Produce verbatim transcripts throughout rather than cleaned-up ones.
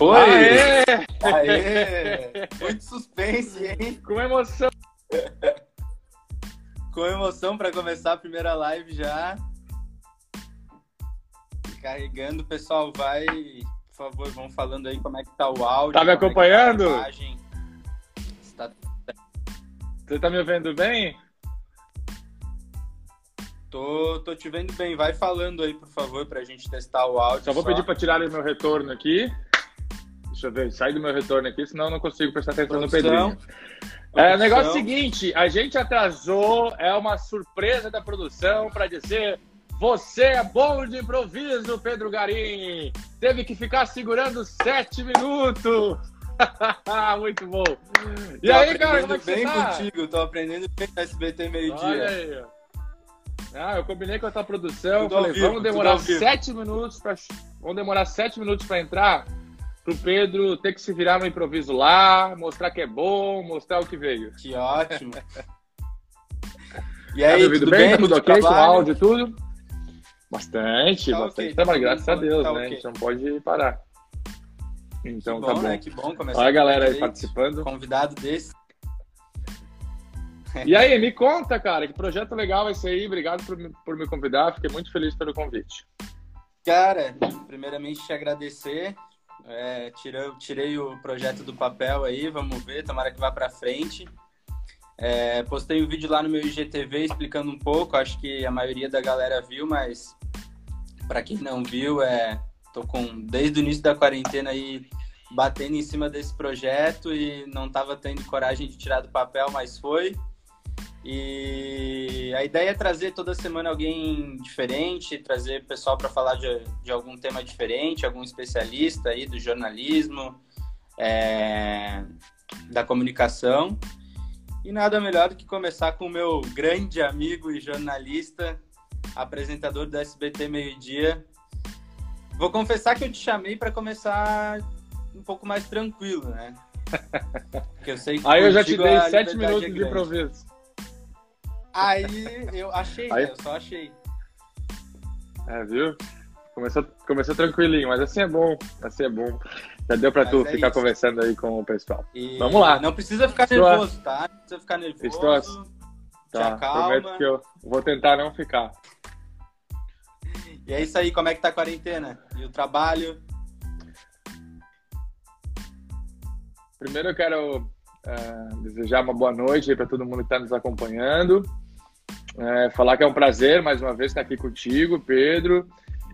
Foi! Aê! Aê! Muito suspense, hein? Com emoção. Com emoção para começar a primeira live já. Carregando, pessoal, vai... Por favor, vão falando aí como é que tá o áudio. Tá me acompanhando? É tá... Você tá me ouvindo bem? Tô, tô te vendo bem. Vai falando aí, por favor, pra gente testar o áudio. Só vou só. pedir para tirar o meu retorno aqui. Deixa eu ver, sai do meu retorno aqui, senão eu não consigo prestar atenção Produção. no Pedrinho. É, o negócio é o seguinte, a gente atrasou, é uma surpresa da produção para dizer: você é bom de improviso, Pedro Garim. Teve que ficar segurando sete minutos. Muito bom. E tô aí, cara, como é que bem você tá? contigo, tô aprendendo bem no S B T meio-dia. Olha aí. Ah, eu combinei com a tua produção, tudo falei, vivo, vamos demorar sete minutos para vamos demorar sete minutos para entrar, pro Pedro ter que se virar no improviso lá, mostrar que é bom, mostrar o que veio. Que ótimo. E aí, tá me tudo bem? bem? Tá tudo ok com o áudio e tudo? Bastante, tá bastante okay, trabalho, tá graças a Deus, tá né? okay. A gente não pode parar. Então que tá bom, bom. Né? Que bom começar. Olha a galera aí participando. Convidado desse. E aí, me conta, cara, que projeto legal esse aí. Obrigado por me, por me convidar, fiquei muito feliz pelo convite. Cara, primeiramente te agradecer. É, tirei, tirei o projeto do papel aí, vamos ver, tomara que vá pra frente. É, postei um vídeo lá no meu I G T V explicando um pouco, acho que a maioria da galera viu, mas pra quem não viu, é, tô com, desde o início da quarentena aí, batendo em cima desse projeto e não tava tendo coragem de tirar do papel, mas foi. E a ideia é trazer toda semana alguém diferente, trazer pessoal para falar de, de algum tema diferente, algum especialista aí do jornalismo, é, da comunicação. E nada melhor do que começar com o meu grande amigo e jornalista, apresentador do S B T Meio-Dia. Vou confessar que eu te chamei para começar um pouco mais tranquilo, né? Porque eu sei que aí eu já te dei sete minutos é de improviso. Aí eu achei, aí... né? Eu só achei. É, viu? Começou, começou tranquilinho, mas assim é bom, assim é bom. Já deu pra mas tu é ficar isso. conversando aí com o pessoal. E... Vamos lá. Não precisa ficar Estou... nervoso, tá? Não precisa ficar nervoso. Estou... Tá, prometo que eu vou tentar não ficar. E é isso aí, como é que tá a quarentena? E o trabalho? Primeiro eu quero é, desejar uma boa noite aí para todo mundo que está nos acompanhando. É, falar que é um prazer, mais uma vez, estar aqui contigo, Pedro,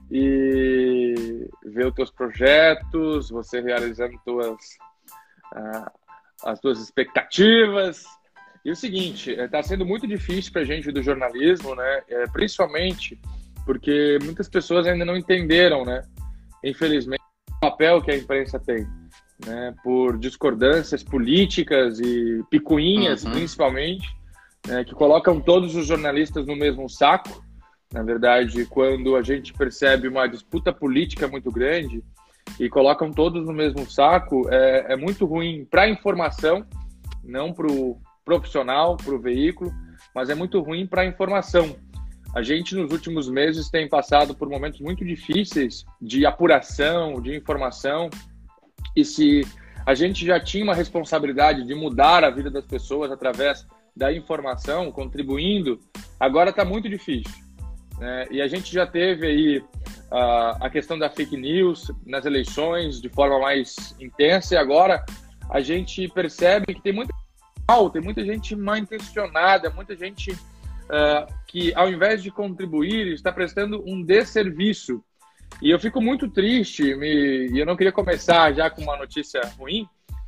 e ver os teus projetos, você realizando tuas, uh, as tuas expectativas. E o seguinte, está sendo muito difícil para a gente do jornalismo, né? É, principalmente porque muitas pessoas ainda não entenderam, né? Infelizmente, o papel que a imprensa tem, né? Por discordâncias políticas e picuinhas, uhum. principalmente, né, que colocam todos os jornalistas no mesmo saco. Na verdade, quando a gente percebe uma disputa política muito grande e colocam todos no mesmo saco, é, é muito ruim para a informação, não para o profissional, para o veículo, mas é muito ruim para a informação. A gente, nos últimos meses, tem passado por momentos muito difíceis de apuração, de informação, e se a gente já tinha uma responsabilidade de mudar a vida das pessoas através da informação, contribuindo, agora está muito difícil. Né? E a gente já teve aí uh, a questão da fake news nas eleições de forma mais intensa, e agora a gente percebe que tem muita, tem muita gente mal intencionada, muita gente uh, que, ao invés de contribuir, está prestando um desserviço. E eu fico muito triste, me... e eu não queria começar já com uma notícia ruim,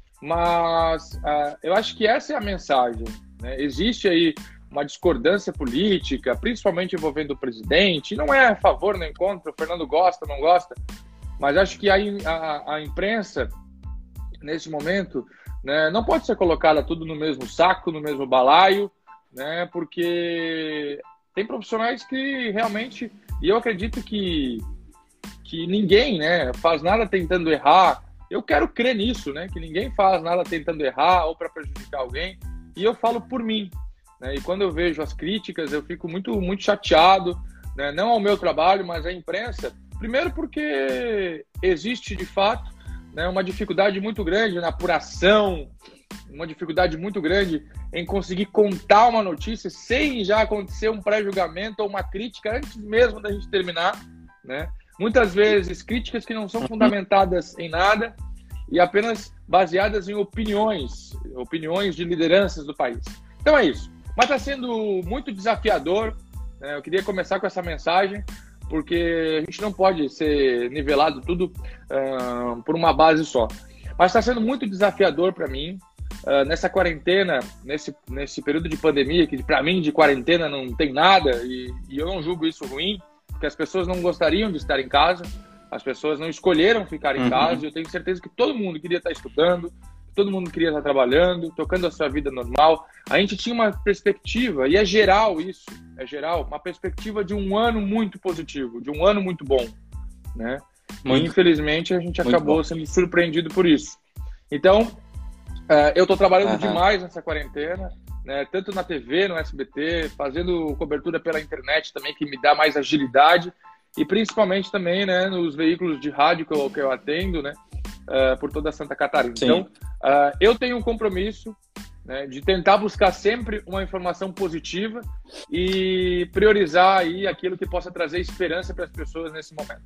mas uh, eu acho que essa é a mensagem. Né? Existe aí uma discordância política, principalmente envolvendo o presidente, não é a favor nem contra, o Fernando gosta, não gosta, mas acho que a, a, a imprensa, nesse momento, né, não pode ser colocada tudo no mesmo saco, no mesmo balaio, né, porque tem profissionais que realmente, e eu acredito que, que ninguém, né, faz nada tentando errar. Eu quero crer nisso, né, que ninguém faz nada tentando errar ou para prejudicar alguém. E eu falo por mim, né? E quando eu vejo as críticas, eu fico muito, muito chateado, né? Não ao meu trabalho, mas à imprensa. Primeiro porque existe, de fato, né, uma dificuldade muito grande na apuração, uma dificuldade muito grande em conseguir contar uma notícia sem já acontecer um pré-julgamento ou uma crítica antes mesmo da gente terminar, né? Muitas vezes críticas que não são fundamentadas em nada e apenas baseadas em opiniões, opiniões de lideranças do país. Então é isso. Mas está sendo muito desafiador, né? Eu queria começar com essa mensagem, porque a gente não pode ser nivelado tudo uh, por uma base só. Mas está sendo muito desafiador para mim, uh, nessa quarentena, nesse, nesse período de pandemia, que para mim de quarentena não tem nada, e, e eu não julgo isso ruim, porque as pessoas não gostariam de estar em casa, as pessoas não escolheram ficar em uhum. casa, e eu tenho certeza que todo mundo queria estar estudando, todo mundo queria estar trabalhando, tocando a sua vida normal. A gente tinha uma perspectiva, e é geral isso, é geral, uma perspectiva de um ano muito positivo, de um ano muito bom, né? Muito, e infelizmente a gente acabou bom. sendo surpreendido por isso. Então, uh, eu estou trabalhando uhum. demais nessa quarentena, né? Tanto na T V, no S B T, fazendo cobertura pela internet também, que me dá mais agilidade, e principalmente também, né, nos veículos de rádio que eu, que eu atendo, né? Uh, por toda Santa Catarina. Sim. Então, uh, eu tenho um compromisso, né, de tentar buscar sempre uma informação positiva e priorizar aí aquilo que possa trazer esperança para as pessoas nesse momento.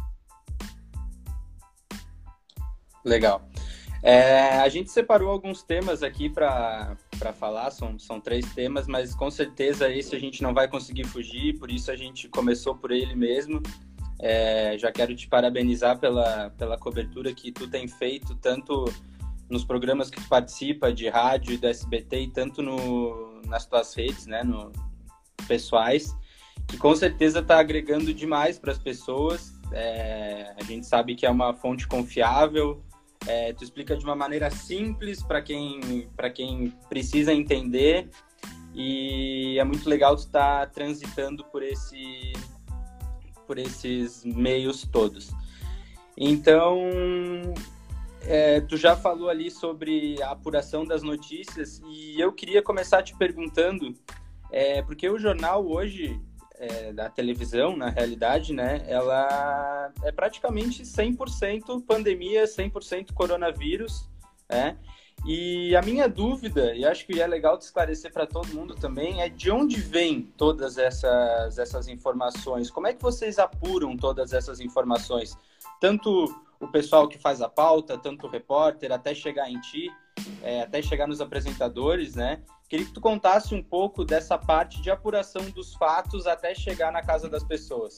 Legal. É, a gente separou alguns temas aqui para falar, são, são três temas, mas com certeza esse a gente não vai conseguir fugir, por isso a gente começou por ele mesmo. É, já quero te parabenizar pela, pela cobertura que tu tem feito, tanto nos programas que tu participa de rádio e do S B T, e tanto no, nas tuas redes, né, no, pessoais, que com certeza está agregando demais para as pessoas. É, a gente sabe que é uma fonte confiável, é, tu explica de uma maneira simples para quem, para quem precisa entender, e é muito legal tu estar tá transitando por esse... por esses meios todos. Então, é, tu já falou ali sobre a apuração das notícias, e eu queria começar te perguntando, é, porque o jornal hoje, é, da televisão, na realidade, né, ela é praticamente cem por cento pandemia, cem por cento coronavírus, né? E a minha dúvida, e acho que é legal de esclarecer para todo mundo também, é de onde vêm todas essas, essas informações? Como é que vocês apuram todas essas informações? Tanto o pessoal que faz a pauta, tanto o repórter, até chegar em ti, é, até chegar nos apresentadores, né? Queria que tu contasse um pouco dessa parte de apuração dos fatos até chegar na casa das pessoas.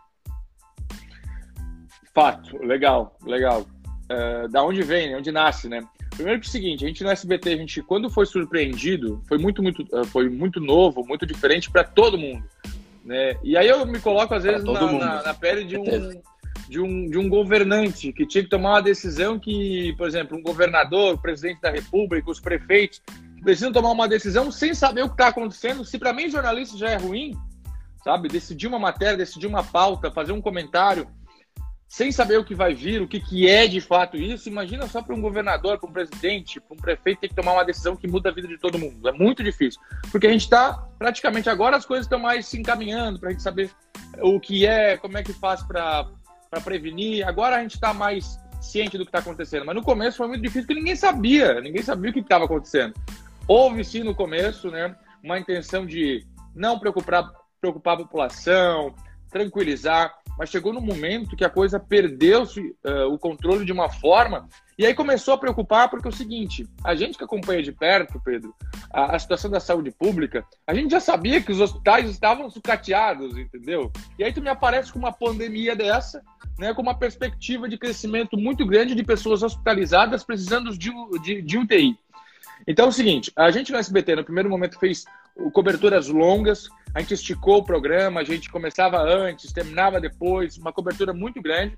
Fato, legal, legal. Uh, da onde vem, né? Onde nasce, né? Primeiro que é o seguinte, a gente no S B T, a gente, quando foi surpreendido, foi muito, muito, foi muito novo, muito diferente para todo mundo, né? E aí eu me coloco, às vezes, na, na, na pele de um, de, um, de um governante que tinha que tomar uma decisão que, por exemplo, um governador, o presidente da República, os prefeitos, precisam tomar uma decisão sem saber o que está acontecendo. Se para mim jornalista já é ruim, sabe? Decidir uma matéria, decidir uma pauta, fazer um comentário, sem saber o que vai vir, o que, que é de fato isso, imagina só para um governador, para um presidente, para um prefeito ter que tomar uma decisão que muda a vida de todo mundo. É muito difícil, porque a gente está, praticamente agora as coisas estão mais se encaminhando para a gente saber o que é, como é que faz para prevenir. Agora a gente está mais ciente do que está acontecendo, mas no começo foi muito difícil, porque ninguém sabia, ninguém sabia o que estava acontecendo. Houve sim no começo, né, uma intenção de não preocupar, preocupar a população, tranquilizar, mas chegou num momento que a coisa perdeu-se uh, o controle de uma forma, e aí começou a preocupar, porque é o seguinte, a gente que acompanha de perto, Pedro, a, a situação da saúde pública, a gente já sabia que os hospitais estavam sucateados, entendeu? E aí tu me aparece com uma pandemia dessa, né, com uma perspectiva de crescimento muito grande de pessoas hospitalizadas precisando de, de, de U T I. Então é o seguinte, a gente no S B T no primeiro momento fez coberturas longas, a gente esticou o programa, a gente começava antes, terminava depois, uma cobertura muito grande.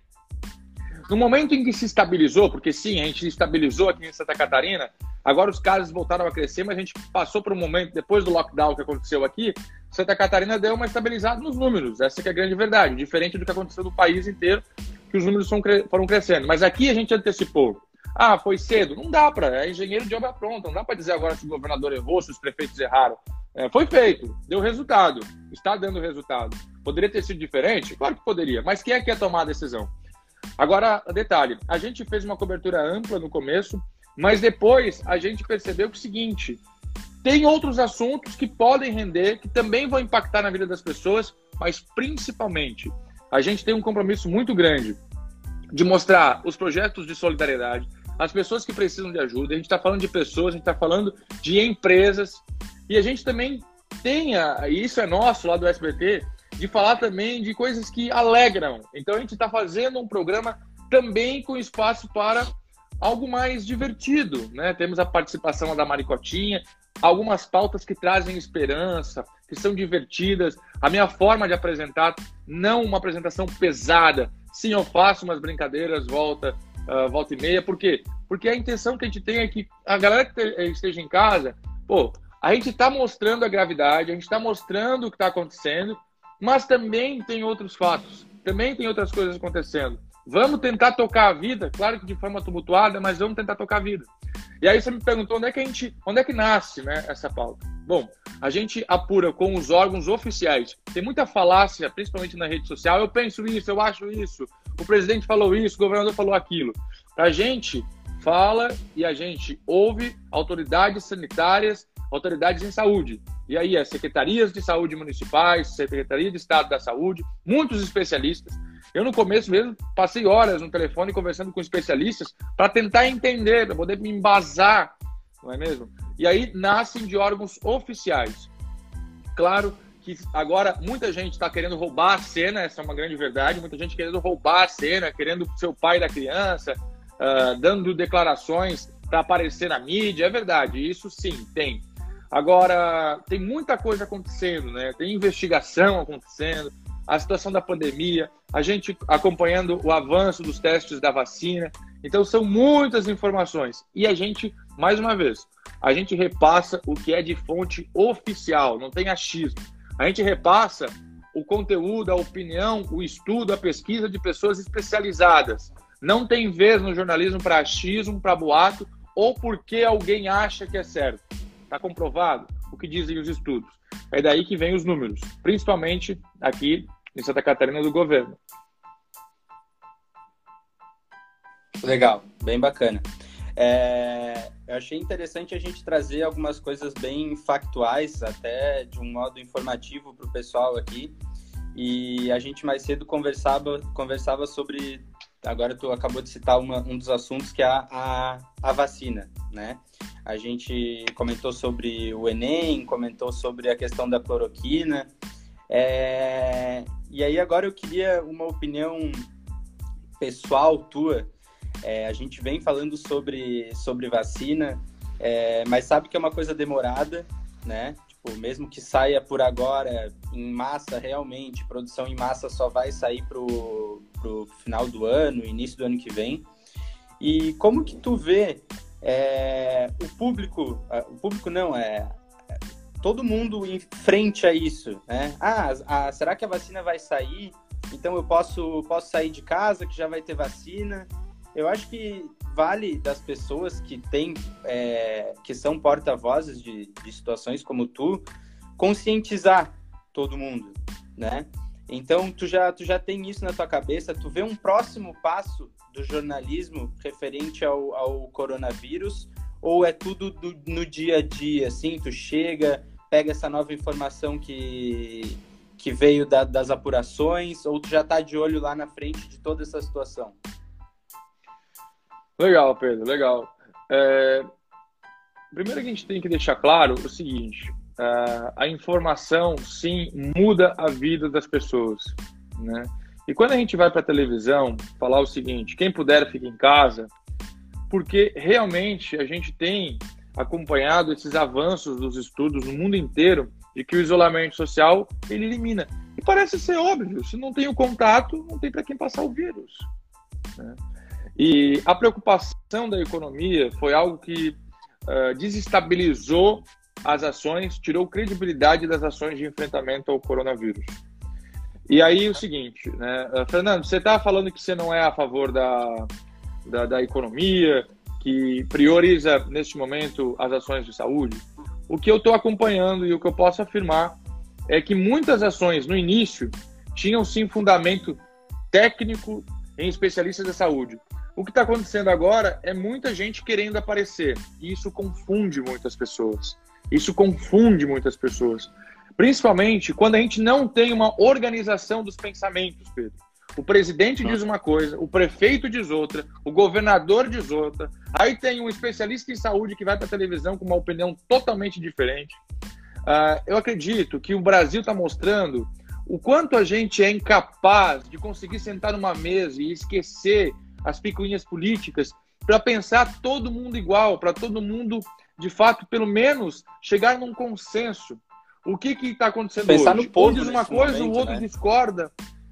No momento em que se estabilizou, porque sim, a gente se estabilizou aqui em Santa Catarina, agora os casos voltaram a crescer, mas a gente passou por um momento, depois do lockdown que aconteceu aqui, Santa Catarina deu uma estabilizada nos números, essa que é a grande verdade, diferente do que aconteceu no país inteiro, que os números foram crescendo. Mas aqui a gente antecipou. Ah, foi cedo? Não dá para, é engenheiro de obra pronta, não dá para dizer agora se o governador errou, se os prefeitos erraram. É, foi feito, deu resultado, está dando resultado. Poderia ter sido diferente? Claro que poderia, mas quem é que ia tomar a decisão? Agora, detalhe, a gente fez uma cobertura ampla no começo, mas depois a gente percebeu que é o seguinte, tem outros assuntos que podem render, que também vão impactar na vida das pessoas, mas principalmente a gente tem um compromisso muito grande de mostrar os projetos de solidariedade, as pessoas que precisam de ajuda. A gente está falando de pessoas, a gente está falando de empresas, e a gente também tem, a, isso é nosso lá do S B T, de falar também de coisas que alegram. Então a gente está fazendo um programa também com espaço para algo mais divertido, né? Temos a participação da Maricotinha, algumas pautas que trazem esperança, que são divertidas. A minha forma de apresentar, não uma apresentação pesada. Sim, eu faço umas brincadeiras, volta, uh, volta e meia. Por quê? Porque a intenção que a gente tem é que a galera que esteja em casa, pô, a gente está mostrando a gravidade, a gente está mostrando o que está acontecendo, mas também tem outros fatos, também tem outras coisas acontecendo. Vamos tentar tocar a vida, claro que de forma tumultuada, mas vamos tentar tocar a vida. E aí você me perguntou onde é que a gente, onde é que nasce, né, essa pauta? Bom, a gente apura com os órgãos oficiais. Tem muita falácia, principalmente na rede social. Eu penso isso, eu acho isso. O presidente falou isso, o governador falou aquilo. A gente fala e a gente ouve autoridades sanitárias, autoridades em saúde. E aí as secretarias de saúde municipais, Secretaria de Estado da Saúde, muitos especialistas. Eu no começo mesmo passei horas no telefone conversando com especialistas para tentar entender, para poder me embasar, não é mesmo? E aí nascem de órgãos oficiais. Claro que agora muita gente está querendo roubar a cena, essa é uma grande verdade, muita gente querendo roubar a cena, querendo ser o pai da criança, uh, dando declarações para aparecer na mídia, é verdade, isso sim, tem. Agora, tem muita coisa acontecendo, né? Tem investigação acontecendo, a situação da pandemia, a gente acompanhando o avanço dos testes da vacina. Então, são muitas informações. E a gente, mais uma vez, a gente repassa o que é de fonte oficial, não tem achismo. A gente repassa o conteúdo, a opinião, o estudo, a pesquisa de pessoas especializadas. Não tem vez no jornalismo para achismo, para boato, ou porque alguém acha que é certo. Está comprovado o que dizem os estudos. É daí que vem os números, principalmente aqui em Santa Catarina do governo. Legal, bem bacana. É, eu achei interessante a gente trazer algumas coisas bem factuais, até de um modo informativo para o pessoal aqui. E a gente mais cedo conversava, conversava sobre, agora tu acabou de citar uma, um dos assuntos, que é a, a, a vacina, né? A gente comentou sobre o Enem, comentou sobre a questão da cloroquina. É... E aí agora eu queria uma opinião pessoal tua. É, a gente vem falando sobre, sobre vacina, é, mas sabe que é uma coisa demorada, né? Tipo, mesmo que saia por agora em massa, realmente, produção em massa só vai sair pro, pro final do ano, início do ano que vem. E como que tu vê é, o público, o público não, é todo mundo em frente a isso, né? Ah, a, será que a vacina vai sair? Então eu posso, posso sair de casa que já vai ter vacina? Eu acho que vale das pessoas que têm, é, que são porta-vozes de, de situações como tu, conscientizar todo mundo, né? Então, tu já, tu já tem isso na tua cabeça, tu vê um próximo passo do jornalismo referente ao, ao coronavírus, ou é tudo do, no dia a dia, assim, tu chega, pega essa nova informação que, que veio da, das apurações, ou tu já tá de olho lá na frente de toda essa situação? Legal, Pedro, legal. É... Primeiro que a gente tem que deixar claro o seguinte, uh, a informação, sim, muda a vida das pessoas, né? E quando a gente vai para a televisão falar o seguinte, quem puder fique em casa, porque realmente a gente tem acompanhado esses avanços dos estudos no mundo inteiro de que o isolamento social, ele elimina. E parece ser óbvio, se não tem o contato, não tem para quem passar o vírus, né? E a preocupação da economia foi algo que uh, desestabilizou as ações, tirou credibilidade das ações de enfrentamento ao coronavírus. E aí o seguinte, né, uh, Fernando, você está falando que você não é a favor da, da, da economia, que prioriza neste momento as ações de saúde. O que eu estou acompanhando e o que eu posso afirmar é que muitas ações no início tinham sim fundamento técnico, em especialistas da saúde. O que está acontecendo agora é muita gente querendo aparecer. E isso confunde muitas pessoas. Isso confunde muitas pessoas. Principalmente quando a gente não tem uma organização dos pensamentos, Pedro. O presidente diz uma coisa, o prefeito diz outra, o governador diz outra. Aí tem um especialista em saúde que vai para a televisão com uma opinião totalmente diferente. Uh, eu acredito que o Brasil está mostrando o quanto a gente é incapaz de conseguir sentar numa mesa e esquecer as picuinhas políticas para pensar todo mundo igual, para todo mundo, de fato, pelo menos, chegar num consenso. O que está acontecendo pensar hoje? No povo um diz uma coisa, momento, o outro né? discorda.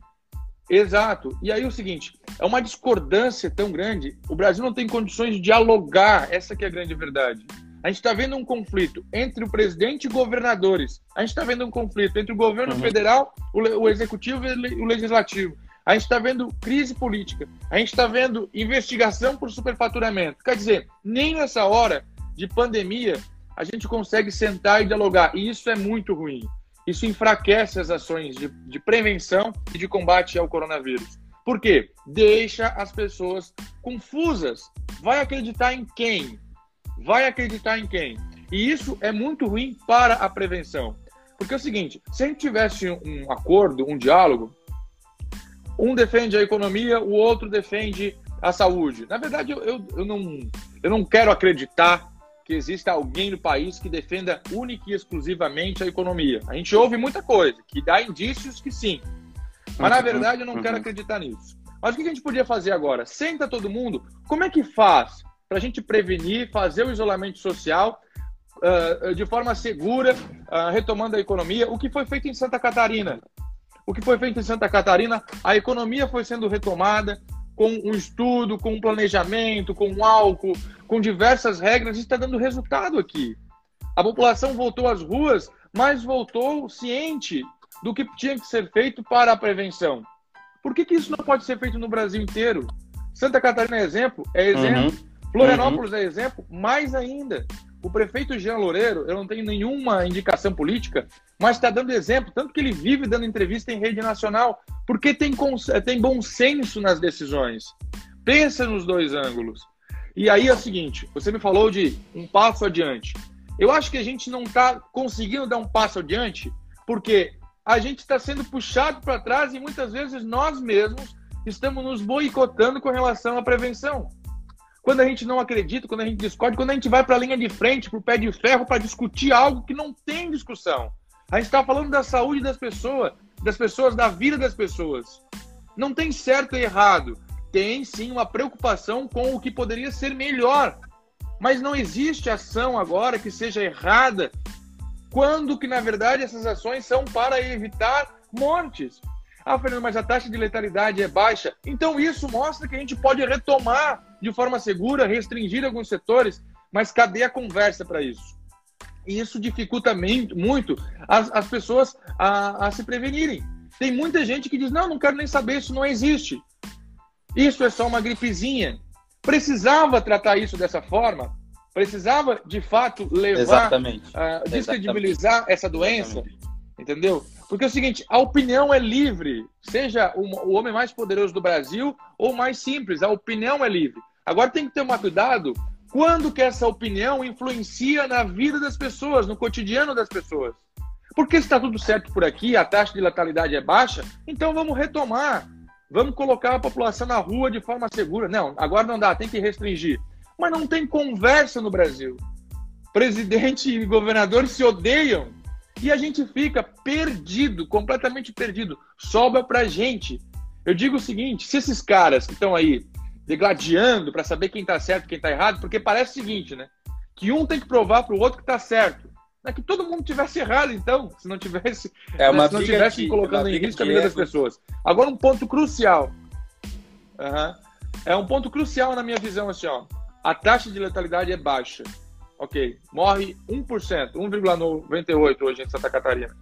Exato. E aí é o seguinte, é uma discordância tão grande, o Brasil não tem condições de dialogar, essa que é a grande verdade. A gente está vendo um conflito entre o presidente e governadores. A gente está vendo um conflito entre o governo uhum. federal, o, o executivo e o legislativo. A gente está vendo crise política. A gente está vendo investigação por superfaturamento. Quer dizer, nem nessa hora de pandemia a gente consegue sentar e dialogar. E isso é muito ruim. Isso enfraquece as ações de, de prevenção e de combate ao coronavírus. Por quê? Deixa as pessoas confusas. Vai acreditar em quem? Vai acreditar em quem? E isso é muito ruim para a prevenção. Porque é o seguinte, se a gente tivesse um acordo, um diálogo, um defende a economia, o outro defende a saúde. Na verdade, eu, eu, eu, não, eu não quero acreditar que exista alguém no país que defenda única e exclusivamente a economia. A gente ouve muita coisa, que dá indícios que sim. Mas, na verdade, eu não quero acreditar nisso. Mas o que a gente podia fazer agora? Senta todo mundo, como é que faz para a gente prevenir, fazer o isolamento social uh, de forma segura, uh, retomando a economia? O que foi feito em Santa Catarina? O que foi feito em Santa Catarina, a economia foi sendo retomada com um estudo, com um planejamento, com um álcool, com diversas regras, e está dando resultado aqui. A população voltou às ruas, mas voltou ciente do que tinha que ser feito para a prevenção. Por que que isso não pode ser feito no Brasil inteiro? Santa Catarina é exemplo? É exemplo. Uhum. Florianópolis uhum. é exemplo? Mais ainda. O prefeito Jean Loureiro, eu não tenho nenhuma indicação política, mas está dando exemplo, tanto que ele vive dando entrevista em rede nacional, porque tem, tem bom senso nas decisões. Pensa nos dois ângulos. E aí é o seguinte, você me falou de um passo adiante. Eu acho que a gente não está conseguindo dar um passo adiante, porque a gente está sendo puxado para trás e muitas vezes nós mesmos estamos nos boicotando com relação à prevenção. Quando a gente não acredita, quando a gente discorda, quando a gente vai para a linha de frente, para o pé de ferro, para discutir algo que não tem discussão. A gente está falando da saúde das pessoas, das pessoas, da vida das pessoas. Não tem certo e errado. Tem, sim, uma preocupação com o que poderia ser melhor. Mas não existe ação agora que seja errada, quando que, na verdade, essas ações são para evitar mortes. Ah, Fernando, mas a taxa de letalidade é baixa. Então isso mostra que a gente pode retomar de forma segura, restringir alguns setores, mas cadê a conversa para isso? E isso dificulta muito as, as pessoas a, a se prevenirem. Tem muita gente que diz, não, não quero nem saber, isso não existe. Isso é só uma gripezinha. Precisava tratar isso dessa forma? Precisava, de fato, levar, uh, descredibilizar Exatamente. essa doença? Exatamente. Entendeu? Porque é o seguinte, a opinião é livre, seja o homem mais poderoso do Brasil ou mais simples, a opinião é livre. Agora tem que ter um cuidado quando que essa opinião influencia na vida das pessoas, no cotidiano das pessoas. Porque se está tudo certo por aqui, a taxa de letalidade é baixa, então vamos retomar, vamos colocar a população na rua de forma segura. Não, agora não dá, tem que restringir. Mas não tem conversa no Brasil. Presidente e governador se odeiam. E a gente fica perdido, completamente perdido. Sobra pra gente. Eu digo o seguinte, se esses caras que estão aí degladiando para saber quem tá certo e quem tá errado, porque parece o seguinte, né? Que um tem que provar pro outro que tá certo. É que todo mundo tivesse errado, então, se não tivesse, é uma se não tivesse de, colocando em risco a vida das pessoas. Agora, um ponto crucial. Uhum. É um ponto crucial na minha visão, assim, ó. A taxa de letalidade é baixa. Ok, morre um por cento, um vírgula noventa e oito por cento hoje em Santa Catarina.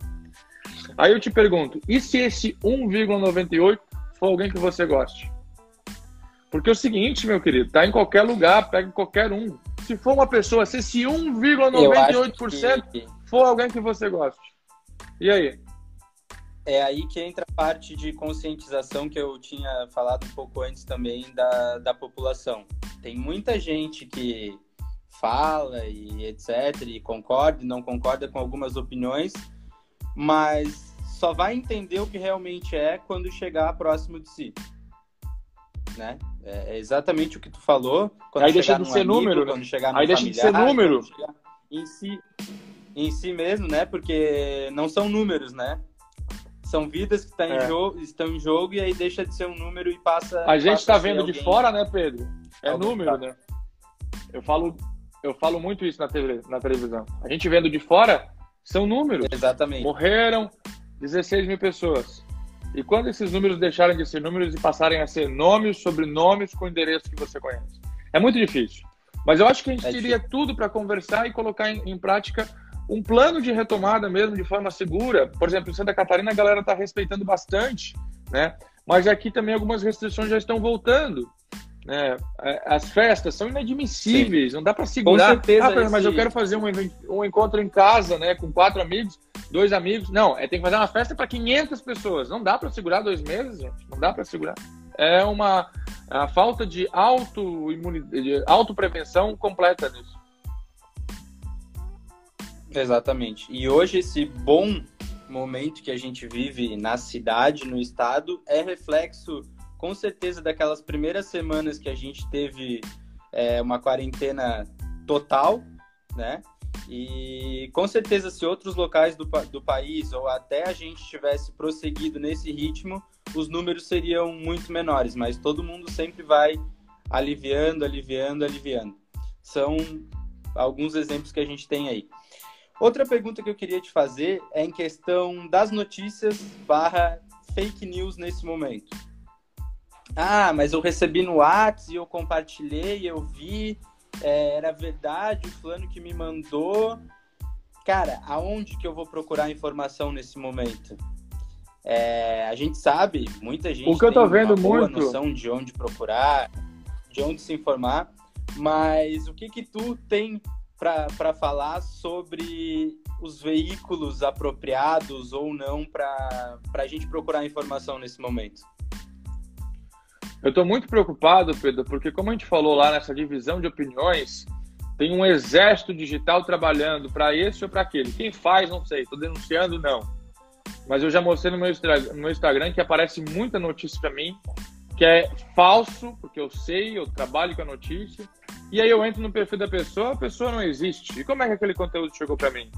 Aí eu te pergunto, e se esse um vírgula noventa e oito por cento for alguém que você goste? Porque é o seguinte, meu querido, tá em qualquer lugar, pega qualquer um. Se for uma pessoa, se esse um vírgula noventa e oito por cento que... for alguém que você goste. E aí? É aí que entra a parte de conscientização que eu tinha falado um pouco antes também da, da população. Tem muita gente que fala e etc, e concorda e não concorda com algumas opiniões, mas só vai entender o que realmente é quando chegar próximo de si, né? É exatamente o que tu falou. Quando aí deixa de ser amigo, número, né? Quando chegar no aí deixa de ser número. Em si, em si mesmo, né? Porque não são números, né? São vidas que tá em é. jogo, estão em jogo e aí deixa de ser um número e passa... A gente passa tá vendo de fora, né, Pedro? É alguém número, tá. né? Eu falo, eu falo muito isso na, T V, na televisão. A gente vendo de fora, são números. Exatamente. Morreram dezesseis mil pessoas. E quando esses números deixarem de ser números e passarem a ser nomes, sobrenomes com endereço que você conhece? É muito difícil. Mas eu acho que a gente é teria difícil. tudo para conversar e colocar em, em prática um plano de retomada mesmo de forma segura. Por exemplo, em Santa Catarina a galera está respeitando bastante, né? Mas aqui também algumas restrições já estão voltando, né? As festas são inadmissíveis, Sim. não dá para segurar. Com certeza, ah, mas esse... eu quero fazer um, um encontro em casa, né? Com quatro amigos, dois amigos. Não, é, tem que fazer uma festa para quinhentas pessoas. Não dá para segurar dois meses, gente. Não dá para segurar. É uma a falta de auto de autoprevenção completa nisso. Exatamente. E hoje esse bom momento que a gente vive na cidade, no estado, é reflexo, com certeza, daquelas primeiras semanas que a gente teve é, uma quarentena total, né? E com certeza, se outros locais do, do país ou até a gente tivesse prosseguido nesse ritmo, os números seriam muito menores, mas todo mundo sempre vai aliviando, aliviando, aliviando. São alguns exemplos que a gente tem aí. Outra pergunta que eu queria te fazer é em questão das notícias barra fake news nesse momento. Ah, mas eu recebi no WhatsApp, eu compartilhei, eu vi, é, era verdade, o fulano que me mandou. Cara, aonde que eu vou procurar informação nesse momento? É, a gente sabe, muita gente o que eu tô tem vendo uma boa muito... noção de onde procurar, de onde se informar, mas o que que tu tem para falar sobre os veículos apropriados ou não para a gente procurar informação nesse momento? Eu estou muito preocupado, Pedro, porque como a gente falou lá nessa divisão de opiniões, tem um exército digital trabalhando para esse ou para aquele. Quem faz, não sei. Estou denunciando, não. Mas eu já mostrei no meu, no meu Instagram que aparece muita notícia para mim, que é falso, porque eu sei, eu trabalho com a notícia. E aí eu entro no perfil da pessoa, a pessoa não existe. E como é que aquele conteúdo chegou para mim?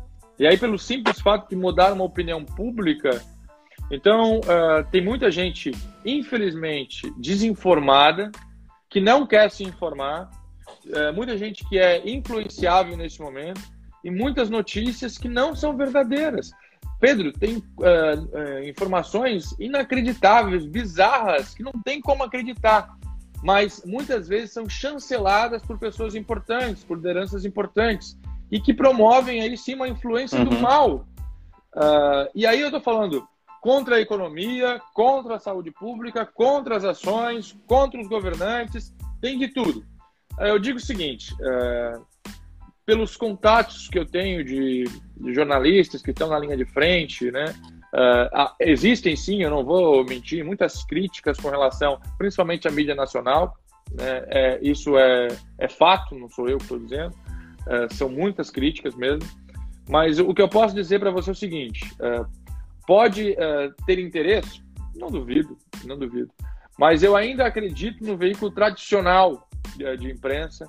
E aí, pelo simples fato de mudar uma opinião pública, então, uh, tem muita gente, infelizmente, desinformada, que não quer se informar, uh, muita gente que é influenciável nesse momento, e muitas notícias que não são verdadeiras. Pedro, tem uh, uh, informações inacreditáveis, bizarras, que não tem como acreditar, mas muitas vezes são chanceladas por pessoas importantes, por lideranças importantes, e que promovem aí sim uma influência uhum. do mal. Uh, e aí eu estou falando contra a economia, contra a saúde pública, contra as ações, contra os governantes, tem de tudo. Uh, eu digo o seguinte, uh, pelos contatos que eu tenho de, de jornalistas que estão na linha de frente, né, uh, existem sim, eu não vou mentir, muitas críticas com relação, principalmente à mídia nacional, né, é, isso é, é fato, não sou eu que estou dizendo, uh, são muitas críticas mesmo, mas o que eu posso dizer para você é o seguinte, uh, pode uh, ter interesse? Não duvido, não duvido, mas eu ainda acredito no veículo tradicional de, de imprensa.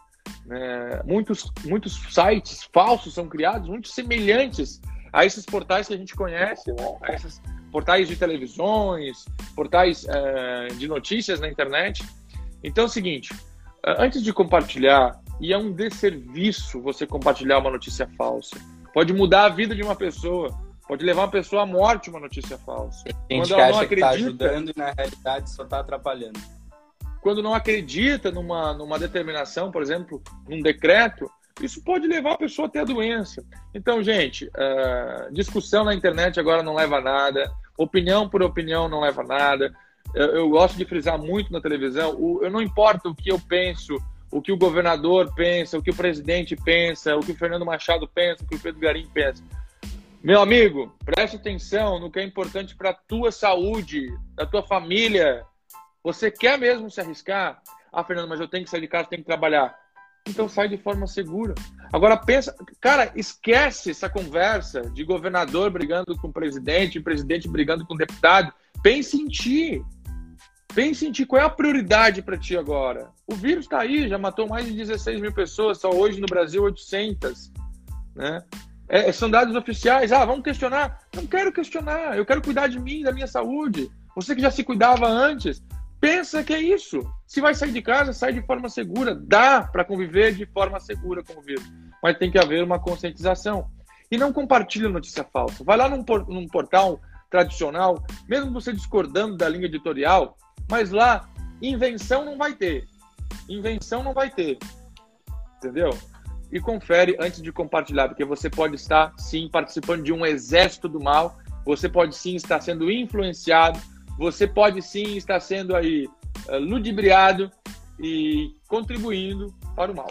É, muitos, muitos sites falsos são criados, muito semelhantes a esses portais que a gente conhece, né? A esses portais de televisões, portais é, de notícias na internet. Então é o seguinte, antes de compartilhar, e é um desserviço você compartilhar uma notícia falsa, pode mudar a vida de uma pessoa, pode levar uma pessoa à morte uma notícia falsa. Tem gente que acha que está ajudando e na realidade só está atrapalhando. Quando não acredita numa, numa determinação, por exemplo, num decreto, isso pode levar a pessoa a ter a doença. Então, gente, uh, discussão na internet agora não leva a nada, opinião por opinião não leva a nada. Eu, eu gosto de frisar muito na televisão, o, eu não importa o que eu penso, o que o governador pensa, o que o presidente pensa, o que o Fernando Machado pensa, o que o Pedro Garim pensa. Meu amigo, preste atenção no que é importante para a tua saúde, da tua família. Você quer mesmo se arriscar? Ah, Fernando, mas eu tenho que sair de casa, tenho que trabalhar. Então sai de forma segura. Agora pensa, cara, esquece essa conversa de governador brigando com o presidente, presidente brigando com o deputado. Pense em ti. Pense em ti. Qual é a prioridade para ti agora? O vírus está aí, já matou mais de dezesseis mil pessoas, só hoje no Brasil oitocentas, né? É, são dados oficiais. Ah, vamos questionar? Não quero questionar. Eu quero cuidar de mim, da minha saúde. Você que já se cuidava antes, pensa que é isso. Se vai sair de casa, sai de forma segura. Dá para conviver de forma segura com o vírus. Mas tem que haver uma conscientização. E não compartilhe notícia falsa. Vai lá num, num portal tradicional, mesmo você discordando da linha editorial, mas lá, invenção não vai ter. Invenção não vai ter. Entendeu? E confere antes de compartilhar, porque você pode estar, sim, participando de um exército do mal, você pode, sim, estar sendo influenciado, você pode, sim, estar sendo aí uh, ludibriado e contribuindo para o mal.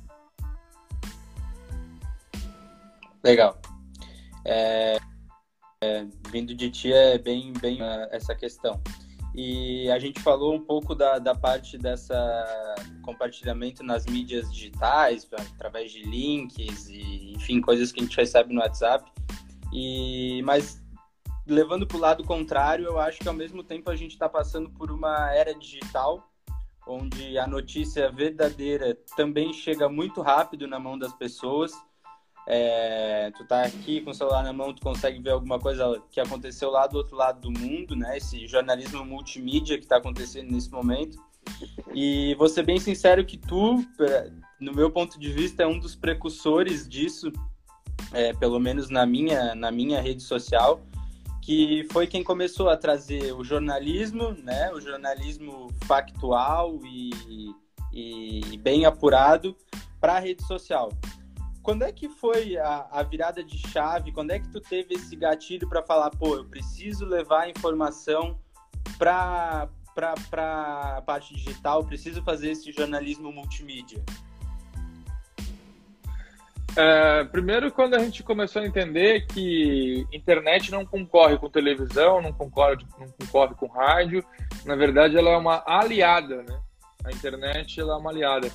Legal. É, é, vindo de ti é bem, bem uh, essa questão. E a gente falou um pouco da, da parte dessa compartilhamento nas mídias digitais, através de links e, enfim, coisas que a gente recebe no WhatsApp. E, mas, levando para o lado contrário, eu acho que, ao mesmo tempo, a gente está passando por uma era digital, onde a notícia verdadeira também chega muito rápido na mão das pessoas. É, tu tá aqui com o celular na mão, tu consegue ver alguma coisa que aconteceu lá do outro lado do mundo, né? Esse jornalismo multimídia que está acontecendo nesse momento. E vou ser bem sincero que tu, no meu ponto de vista, é um dos precursores disso, é, pelo menos na minha, na minha rede social, que foi quem começou a trazer o jornalismo, né? O jornalismo factual e, e bem apurado para a rede social. Quando é que foi a, a virada de chave? Quando é que tu teve esse gatilho para falar, pô, eu preciso levar a informação para a parte digital, preciso fazer esse jornalismo multimídia? É, primeiro, quando a gente começou a entender que internet não concorre com televisão, não concorre, não concorre com rádio, na verdade ela é uma aliada, né? A internet ela é uma aliada.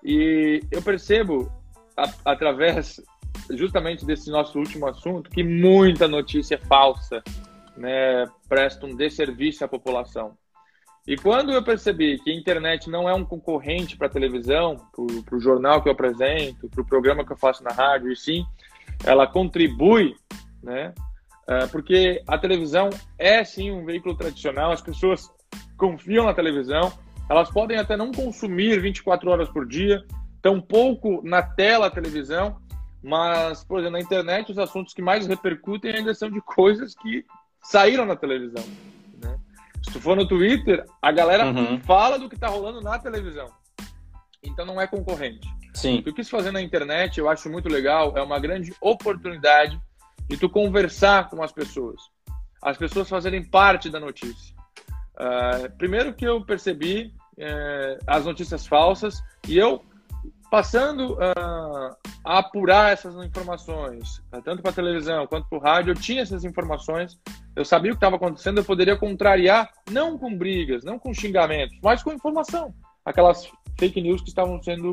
E eu percebo, através justamente desse nosso último assunto, que muita notícia falsa, né, presta um desserviço à população. E quando eu percebi que a internet não é um concorrente para a televisão, para o jornal que eu apresento, para o programa que eu faço na rádio, e sim, ela contribui, né, porque a televisão é sim um veículo tradicional, as pessoas confiam na televisão, elas podem até não consumir vinte e quatro horas por dia, tampouco na tela a televisão, mas, por exemplo, na internet os assuntos que mais repercutem ainda são de coisas que saíram na televisão, né? Se tu for no Twitter, a galera uhum. fala do que está rolando na televisão. Então não é concorrente. Sim. O que eu quis fazer na internet, eu acho muito legal, é uma grande oportunidade de tu conversar com as pessoas. As pessoas fazerem parte da notícia. Uh, primeiro que eu percebi uh, as notícias falsas e eu passando uh, a apurar essas informações, uh, tanto para a televisão quanto para o rádio, eu tinha essas informações, eu sabia o que estava acontecendo, eu poderia contrariar, não com brigas, não com xingamentos, mas com informação. Aquelas fake news que estavam sendo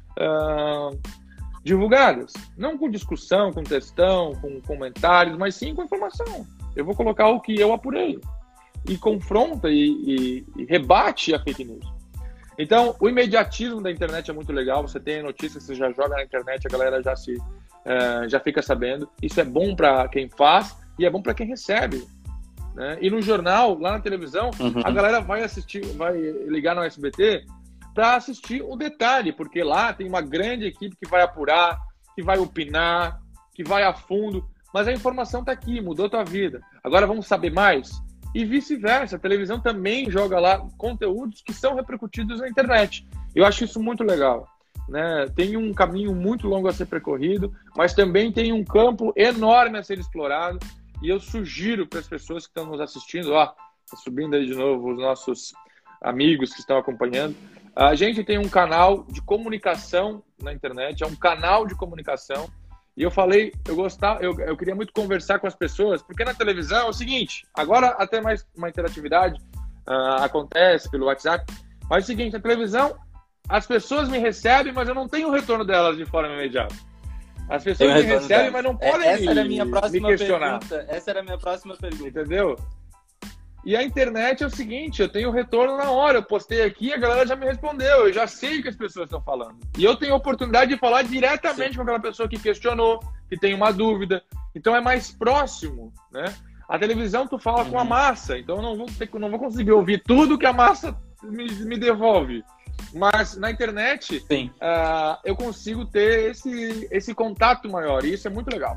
uh, divulgadas. Não com discussão, com textão, com comentários, mas sim com informação. Eu vou colocar o que eu apurei. E confronta e, e, e rebate a fake news. Então, o imediatismo da internet é muito legal. Você tem notícias, você já joga na internet, a galera já se uh, já fica sabendo. Isso é bom para quem faz e é bom para quem recebe, né? E no jornal, lá na televisão, uhum. a galera vai assistir, vai ligar no S B T para assistir o detalhe, porque lá tem uma grande equipe que vai apurar, que vai opinar, que vai a fundo. Mas a informação está aqui, mudou a tua vida. Agora vamos saber mais? E vice-versa, a televisão também joga lá conteúdos que são repercutidos na internet. Eu acho isso muito legal, né? Tem um caminho muito longo a ser percorrido, mas também tem um campo enorme a ser explorado. E eu sugiro para as pessoas que estão nos assistindo, ó, tá subindo aí de novo os nossos amigos que estão acompanhando. A gente tem um canal de comunicação na internet, é um canal de comunicação. E eu falei, eu gostava, eu, eu queria muito conversar com as pessoas, porque na televisão é o seguinte, agora até mais uma interatividade uh, acontece pelo WhatsApp, mas é o seguinte, na televisão as pessoas me recebem, mas eu não tenho o retorno delas de forma imediata. As pessoas me recebem, mas não podem essa me, era a minha próxima me questionar. Pergunta. Essa era a minha próxima pergunta. Entendeu? E a internet é o seguinte, eu tenho retorno na hora, eu postei aqui, a galera já me respondeu, eu já sei o que as pessoas estão falando. E eu tenho a oportunidade de falar diretamente Sim. com aquela pessoa que questionou, que tem uma dúvida. Então é mais próximo, né? A televisão tu fala uhum. com a massa, então eu não vou, ter, não vou conseguir ouvir tudo que a massa me, me devolve. Mas na internet uh, eu consigo ter esse, esse contato maior, e isso é muito legal.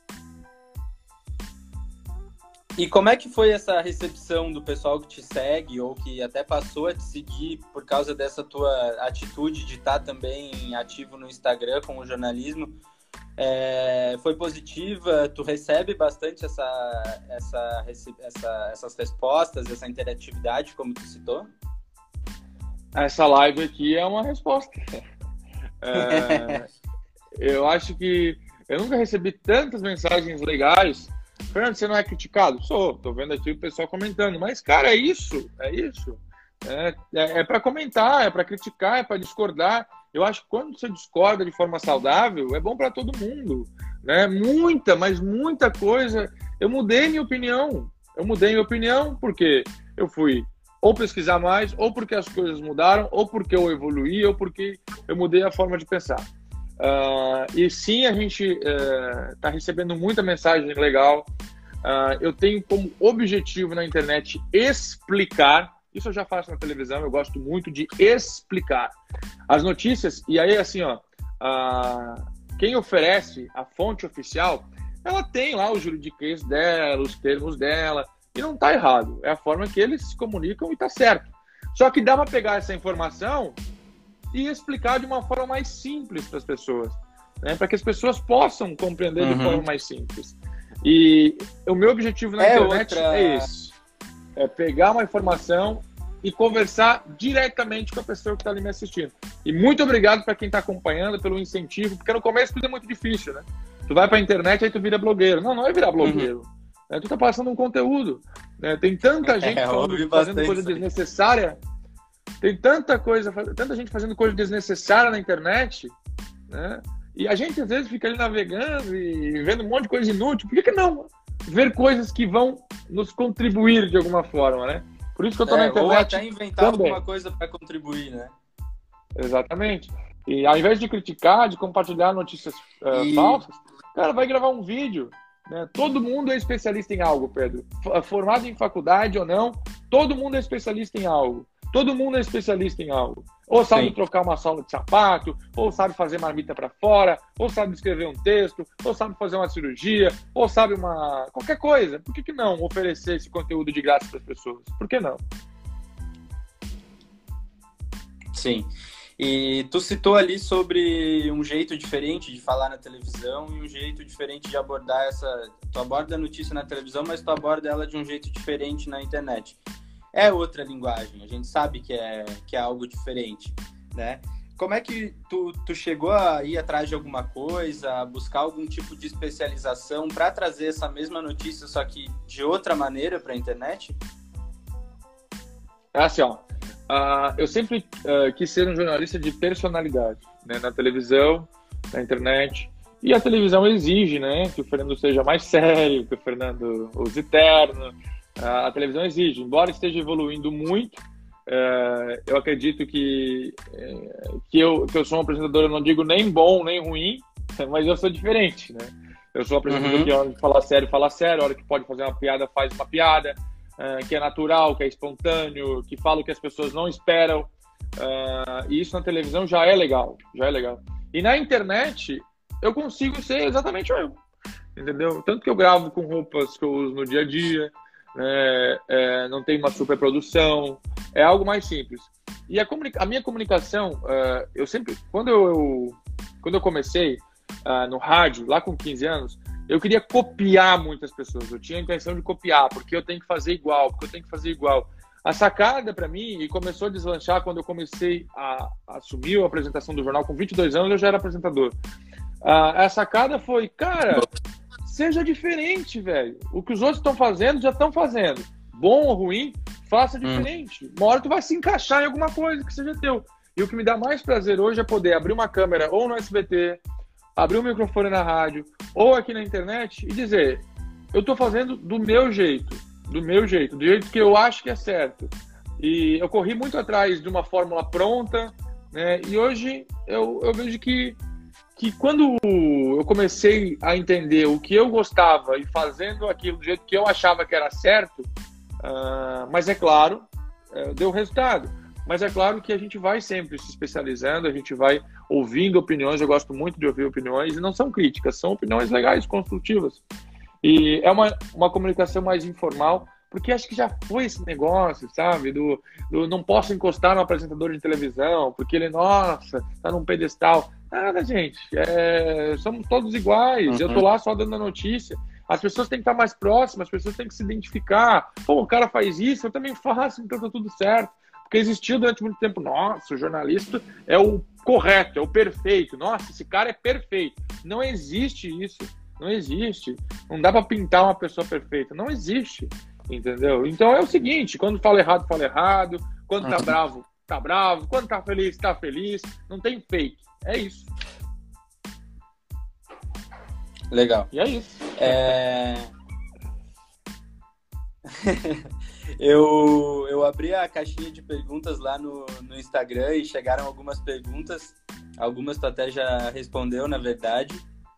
E como é que foi essa recepção do pessoal que te segue ou que até passou a te seguir por causa dessa tua atitude de estar também ativo no Instagram com o jornalismo? É, foi positiva? Tu recebe bastante essa, essa, essa, essas respostas, essa interatividade, como tu citou? Essa live aqui é uma resposta. É, eu acho que eu nunca recebi tantas mensagens legais. Fernando, você não é criticado? Sou, tô vendo aqui o pessoal comentando, mas cara, é isso, é isso. É, é, é para comentar, é para criticar, é para discordar. Eu acho que quando você discorda de forma saudável, é bom para todo mundo, né? Muita, mas muita coisa. Eu mudei minha opinião. Eu mudei minha opinião porque eu fui ou pesquisar mais, ou porque as coisas mudaram, ou porque eu evoluí, ou porque eu mudei a forma de pensar. Uh, e sim, a gente está uh, recebendo muita mensagem legal. Uh, eu tenho como objetivo na internet explicar. Isso eu já faço na televisão, eu gosto muito de explicar as notícias. E aí, assim, ó, uh, quem oferece a fonte oficial, ela tem lá o juridiquês dela, os termos dela, e não está errado. É a forma que eles se comunicam e está certo. Só que dá para pegar essa informação e explicar de uma forma mais simples para as pessoas, né? Para que as pessoas possam compreender uhum. de forma mais simples. E o meu objetivo na é internet outra... é esse. É pegar uma informação e conversar diretamente com a pessoa que está ali me assistindo. E muito obrigado para quem está acompanhando, pelo incentivo, porque no começo tudo é muito difícil, né? Tu vai para a internet, aí tu vira blogueiro. Não, não é virar blogueiro. Uhum. É, tu tá passando um conteúdo. Né? Tem tanta gente é, falando, fazendo coisa desnecessária. Tem tanta coisa, tanta gente fazendo coisa desnecessária na internet, né? E a gente às vezes fica ali navegando e vendo um monte de coisa inútil. Por que, que não ver coisas que vão nos contribuir de alguma forma, né? Por isso que eu tô é, na internet. Ou até inventar também. Alguma coisa para contribuir, né? Exatamente. E ao invés de criticar, de compartilhar notícias uh, e... falsas, cara, vai gravar um vídeo. Né? Todo mundo é especialista em algo, Pedro. Formado em faculdade ou não, todo mundo é especialista em algo. Todo mundo é especialista em algo. Ou sabe Sim. trocar uma sola de sapato, ou sabe fazer marmita para fora, ou sabe escrever um texto, ou sabe fazer uma cirurgia, ou sabe uma... qualquer coisa. Por que que não oferecer esse conteúdo de graça para as pessoas? Por que não? Sim. E tu citou ali sobre um jeito diferente de falar na televisão e um jeito diferente de abordar essa... Tu aborda a notícia na televisão, mas tu aborda ela de um jeito diferente na internet. É outra linguagem, a gente sabe que é, que é algo diferente, né? Como é que tu, tu chegou a ir atrás de alguma coisa, a buscar algum tipo de especialização para trazer essa mesma notícia, só que de outra maneira para a internet? É assim, ó. Uh, eu sempre uh, quis ser um jornalista de personalidade, né? Na televisão, na internet. E a televisão exige, né? Que o Fernando seja mais sério, que o Fernando use terno. Uh, a televisão exige. Embora esteja evoluindo muito, uh, eu acredito que, uh, que, eu, que eu sou um apresentador, eu não digo nem bom, nem ruim, mas eu sou diferente, né? Eu sou um apresentador uhum. que a hora de falar sério, fala sério, a hora que pode fazer uma piada, faz uma piada. Uh, que é natural, que é espontâneo, que fala o que as pessoas não esperam. Uh, e isso na televisão já é legal, já é legal. E na internet, eu consigo ser exatamente eu, entendeu? Tanto que eu gravo com roupas que eu uso no dia a dia, né? É, não tem uma superprodução, é algo mais simples. E a, a minha comunicação, uh, eu sempre, quando eu, eu, quando eu comecei uh, no rádio, lá com quinze anos, eu queria copiar muitas pessoas, eu tinha a intenção de copiar, porque eu tenho que fazer igual, porque eu tenho que fazer igual. A sacada para mim, e começou a deslanchar quando eu comecei a, a assumir a apresentação do jornal, com vinte e dois anos eu já era apresentador. A, a sacada foi, cara, seja diferente, velho. O que os outros estão fazendo, já estão fazendo. Bom ou ruim, faça diferente. Hum. Uma hora tu vai se encaixar em alguma coisa que seja teu. E o que me dá mais prazer hoje é poder abrir uma câmera ou no S B T, abrir um microfone na rádio, ou aqui na internet e dizer, eu tô fazendo do meu jeito, do meu jeito, do jeito que eu acho que é certo. E eu corri muito atrás de uma fórmula pronta, né? E hoje eu, eu vejo que que quando eu comecei a entender o que eu gostava e fazendo aquilo do jeito que eu achava que era certo, uh, mas é claro, uh, deu resultado. Mas é claro que a gente vai sempre se especializando, a gente vai ouvindo opiniões, eu gosto muito de ouvir opiniões, e não são críticas, são opiniões legais, construtivas. E é uma, uma comunicação mais informal, porque acho que já foi esse negócio, sabe? Do, do não posso encostar no apresentador de televisão, porque ele, nossa, tá num pedestal. Nada, gente. É, somos todos iguais. Uhum. Eu tô lá só dando a notícia. As pessoas têm que estar mais próximas, as pessoas têm que se identificar. Pô, o cara faz isso, eu também faço, então tá tudo certo. Porque existiu durante muito tempo, nossa, o jornalista é o correto, é o perfeito. Nossa, esse cara é perfeito. Não existe isso. Não existe. Não dá pra pintar uma pessoa perfeita. Não existe. Entendeu? Então é o seguinte, quando fala errado, fala errado. Quando tá bravo, tá bravo. Quando tá feliz, tá feliz. Não tem fake. É isso. Legal. E é isso. É... eu, eu abri a caixinha de perguntas lá no, no Instagram e chegaram algumas perguntas. Algumas tu até já respondeu, na verdade.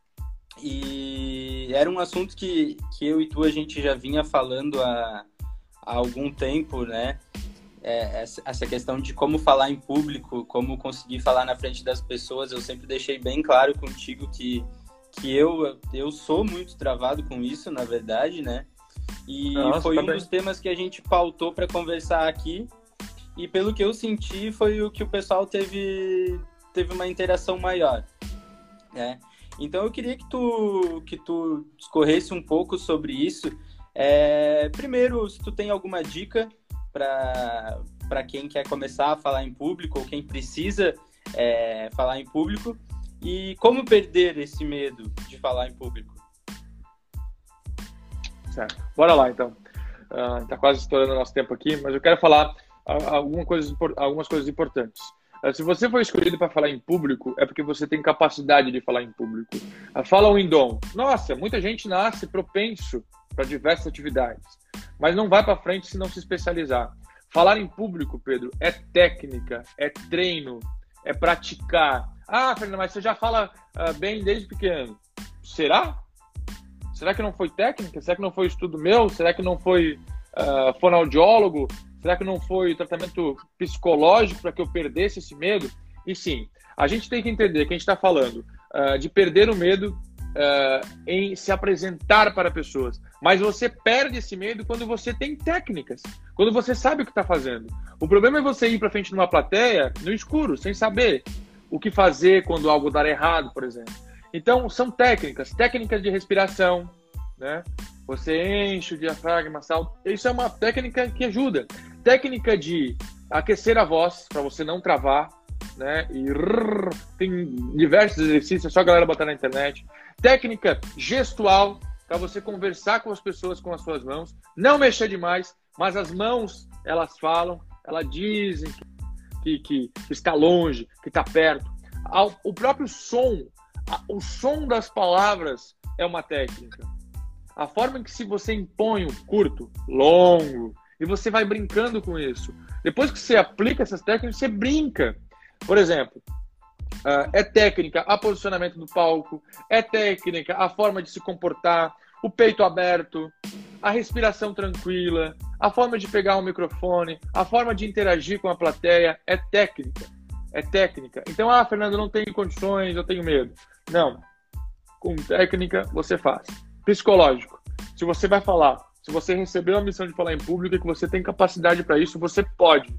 E era um assunto que, que eu e tu a gente já vinha falando há, há algum tempo, né? É, essa, essa questão de como falar em público, como conseguir falar na frente das pessoas. Eu sempre deixei bem claro contigo que, que eu, eu sou muito travado com isso, na verdade, né? E Nossa, foi tá um bem. dos temas que a gente pautou para conversar aqui. E pelo que eu senti, foi o que o pessoal teve, teve uma interação maior, né? Então eu queria que tu, que tu discorresse um pouco sobre isso. É, primeiro, se tu tem alguma dica para quem quer começar a falar em público ou quem precisa é, falar em público, e como perder esse medo de falar em público. Certo. Bora lá, então. Uh, tá quase estourando o nosso tempo aqui, mas eu quero falar alguma coisa, algumas coisas importantes. Se você for escolhido para falar em público, é porque você tem capacidade de falar em público. Fala o Indom. Nossa, muita gente nasce propenso para diversas atividades, mas não vai para frente se não se especializar. Falar em público, Pedro, é técnica, é treino, é praticar. Ah, Fernando, mas você já fala uh, bem desde pequeno. Será? Será que não foi técnica? Será que não foi estudo meu? Será que não foi uh, fonoaudiólogo? Será que não foi tratamento psicológico para que eu perdesse esse medo? E sim, a gente tem que entender que a gente está falando uh, de perder o medo uh, em se apresentar para pessoas. Mas você perde esse medo quando você tem técnicas, quando você sabe o que está fazendo. O problema é você ir para frente numa plateia no escuro, sem saber o que fazer quando algo dar errado, por exemplo. Então, são técnicas, técnicas de respiração, né? Você enche o diafragma, salta. Isso é uma técnica que ajuda. Técnica de aquecer a voz, para você não travar, né? E rrr, tem diversos exercícios, é só a galera botar na internet. Técnica gestual, para você conversar com as pessoas com as suas mãos. Não mexer demais, mas as mãos, elas falam, elas dizem que, que, que está longe, que está perto. O próprio som, o som das palavras é uma técnica. A forma em que se você impõe um curto, longo, e você vai brincando com isso. Depois que você aplica essas técnicas, você brinca. Por exemplo, uh, é técnica a posicionamento do palco, é técnica a forma de se comportar, o peito aberto, a respiração tranquila, a forma de pegar um microfone, a forma de interagir com a plateia, é técnica. É técnica. Então, ah, Fernando, eu não tenho condições, eu tenho medo. Não. Com técnica, você faz. Psicológico. Se você vai falar, se você recebeu a missão de falar em público e que você tem capacidade para isso, você pode.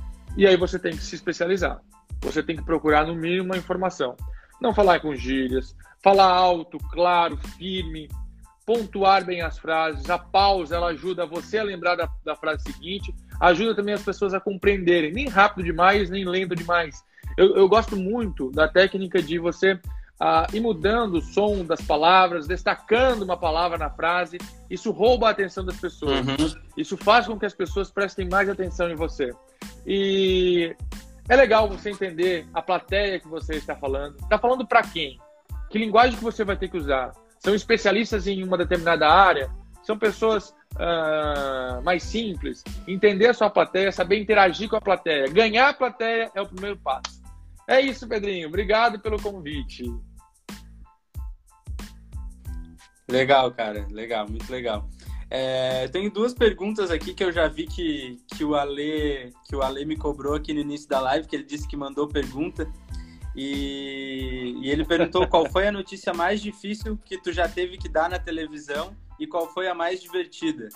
E aí você tem que se especializar. Você tem que procurar, no mínimo, uma informação. Não falar com gírias, falar alto, claro, firme, pontuar bem as frases. A pausa, ela ajuda você a lembrar da, da frase seguinte, ajuda também as pessoas a compreenderem. Nem rápido demais, nem lento demais. Eu, eu gosto muito da técnica de você a ir mudando o som das palavras, destacando uma palavra na frase. Isso rouba a atenção das pessoas. Uhum. Isso faz com que as pessoas prestem mais atenção em você. E é legal você entender a plateia que você está falando. Está falando para quem? Que linguagem que você vai ter que usar? São especialistas em uma determinada área? São pessoas uh, mais simples? Entender a sua plateia, saber interagir com a plateia. Ganhar a plateia é o primeiro passo. É isso, Pedrinho. Obrigado pelo convite. Legal, cara. Legal, muito legal. É, tenho duas perguntas aqui que eu já vi que, que, o Ale, que o Ale me cobrou aqui no início da live, que ele disse que mandou pergunta. E, e ele perguntou qual foi a notícia mais difícil que tu já teve que dar na televisão e qual foi a mais divertida.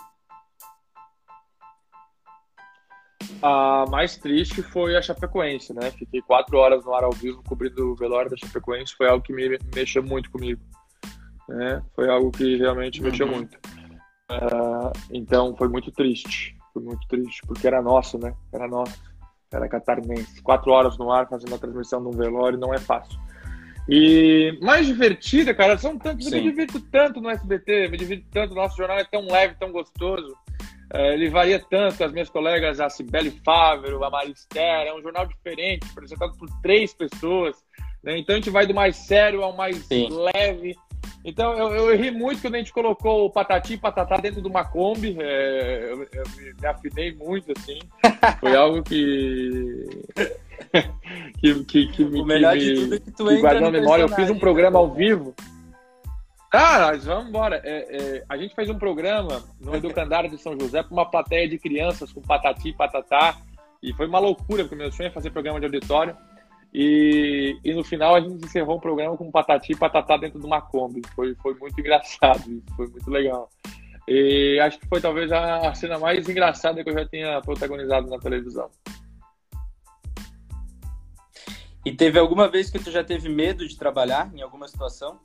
A mais triste foi a Chapecoense, né? Fiquei quatro horas no ar ao vivo cobrindo o velório da Chapecoense. Foi algo que me mexeu muito comigo, né? Foi algo que realmente mexeu Uhum. muito. Uh, então foi muito triste. Foi muito triste, porque era nosso, né? Era nosso. Era catarinense. Quatro horas no ar fazendo a transmissão de um velório não é fácil. E mais divertida, cara, são tantos. Eu me divirto tanto no S B T, me divirto tanto. O nosso jornal é tão leve, tão gostoso. É, ele varia tanto. As minhas colegas, a Cibele Fávero, a Marister, é um jornal diferente, apresentado por três pessoas. Né? Então a gente vai do mais sério ao mais Sim. leve. Então eu, eu ri muito quando a gente colocou o Patati e Patatá dentro de uma Kombi. É, eu, eu me afinei muito, assim. Foi algo que. que, que, que me. O melhor que de me, tudo é que tu que entra guardou no na memória. Eu fiz um programa né? ao vivo. Cara, nós vamos embora. É, é, a gente fez um programa no Educandário de São José para uma plateia de crianças com Patati e Patatá. E foi uma loucura, porque meu sonho é fazer programa de auditório. E, e no final a gente encerrou o programa com Patati e Patatá dentro de uma Kombi. Foi, foi muito engraçado, foi muito legal. E acho que foi talvez a cena mais engraçada que eu já tinha protagonizado na televisão. E teve alguma vez que tu já teve medo de trabalhar em alguma situação?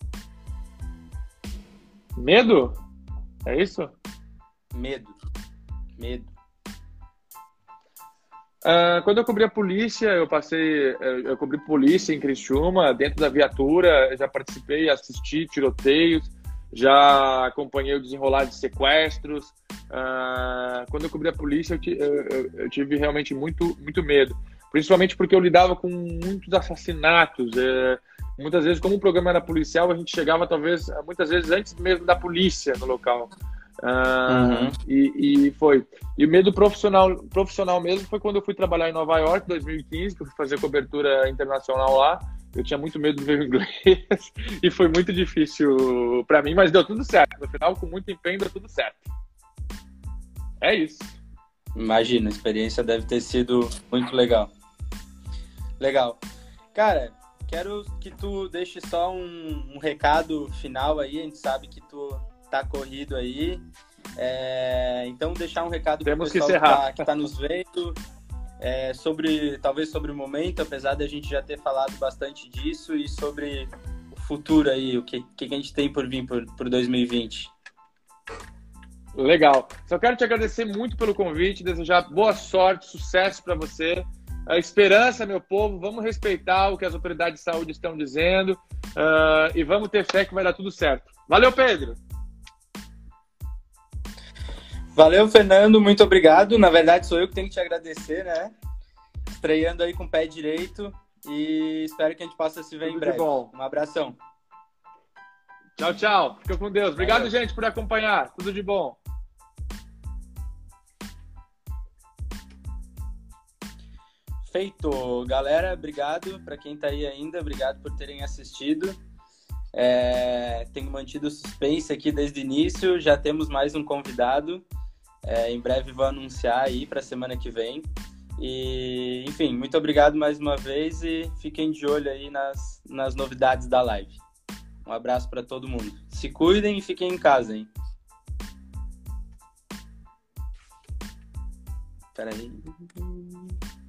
Medo? É isso? Medo. Medo. Uh, quando eu cobri a polícia, eu passei, eu cobri polícia em Criciúma, dentro da viatura, já participei, assisti tiroteios, já acompanhei o desenrolar de sequestros. Uh, quando eu cobri a polícia, eu, eu, eu tive realmente muito, muito medo, principalmente porque eu lidava com muitos assassinatos. É, muitas vezes, como o programa era policial, a gente chegava talvez, muitas vezes antes mesmo da polícia no local. Uh, uhum. e, e foi. E o medo profissional, profissional mesmo foi quando eu fui trabalhar em Nova York, em dois mil e quinze, que eu fui fazer cobertura internacional lá. Eu tinha muito medo de ver o inglês e foi muito difícil para mim, mas deu tudo certo. No final, com muito empenho, deu tudo certo. É isso. Imagina, a experiência deve ter sido muito legal. Legal. Cara, quero que tu deixe só um, um recado final aí. A gente sabe que tu tá corrido aí, é, então deixar um recado para o pessoal que, que, tá, que tá nos vendo, é, sobre, talvez sobre o momento, apesar da gente já ter falado bastante disso, e sobre o futuro aí, o que, que a gente tem por vir por, por dois mil e vinte. Legal. Só quero te agradecer muito pelo convite, desejar boa sorte, sucesso para você. A esperança, meu povo, vamos respeitar o que as autoridades de saúde estão dizendo, uh, e vamos ter fé que vai dar tudo certo. Valeu, Pedro! Valeu, Fernando, muito obrigado. Na verdade, sou eu que tenho que te agradecer, né? Estreando aí com o pé direito, e espero que a gente possa se ver Tudo em breve. Bom. Um abração. Tchau, tchau. Fica com Deus. Obrigado, Valeu. gente, por acompanhar. Tudo de bom. Feito. Galera, obrigado para quem tá aí ainda. Obrigado por terem assistido. É, tenho mantido o suspense aqui desde o início. Já temos mais um convidado. É, em breve vou anunciar aí para a semana que vem. E, enfim, muito obrigado mais uma vez e fiquem de olho aí nas, nas novidades da live. Um abraço para todo mundo. Se cuidem e fiquem em casa, hein? Peraí.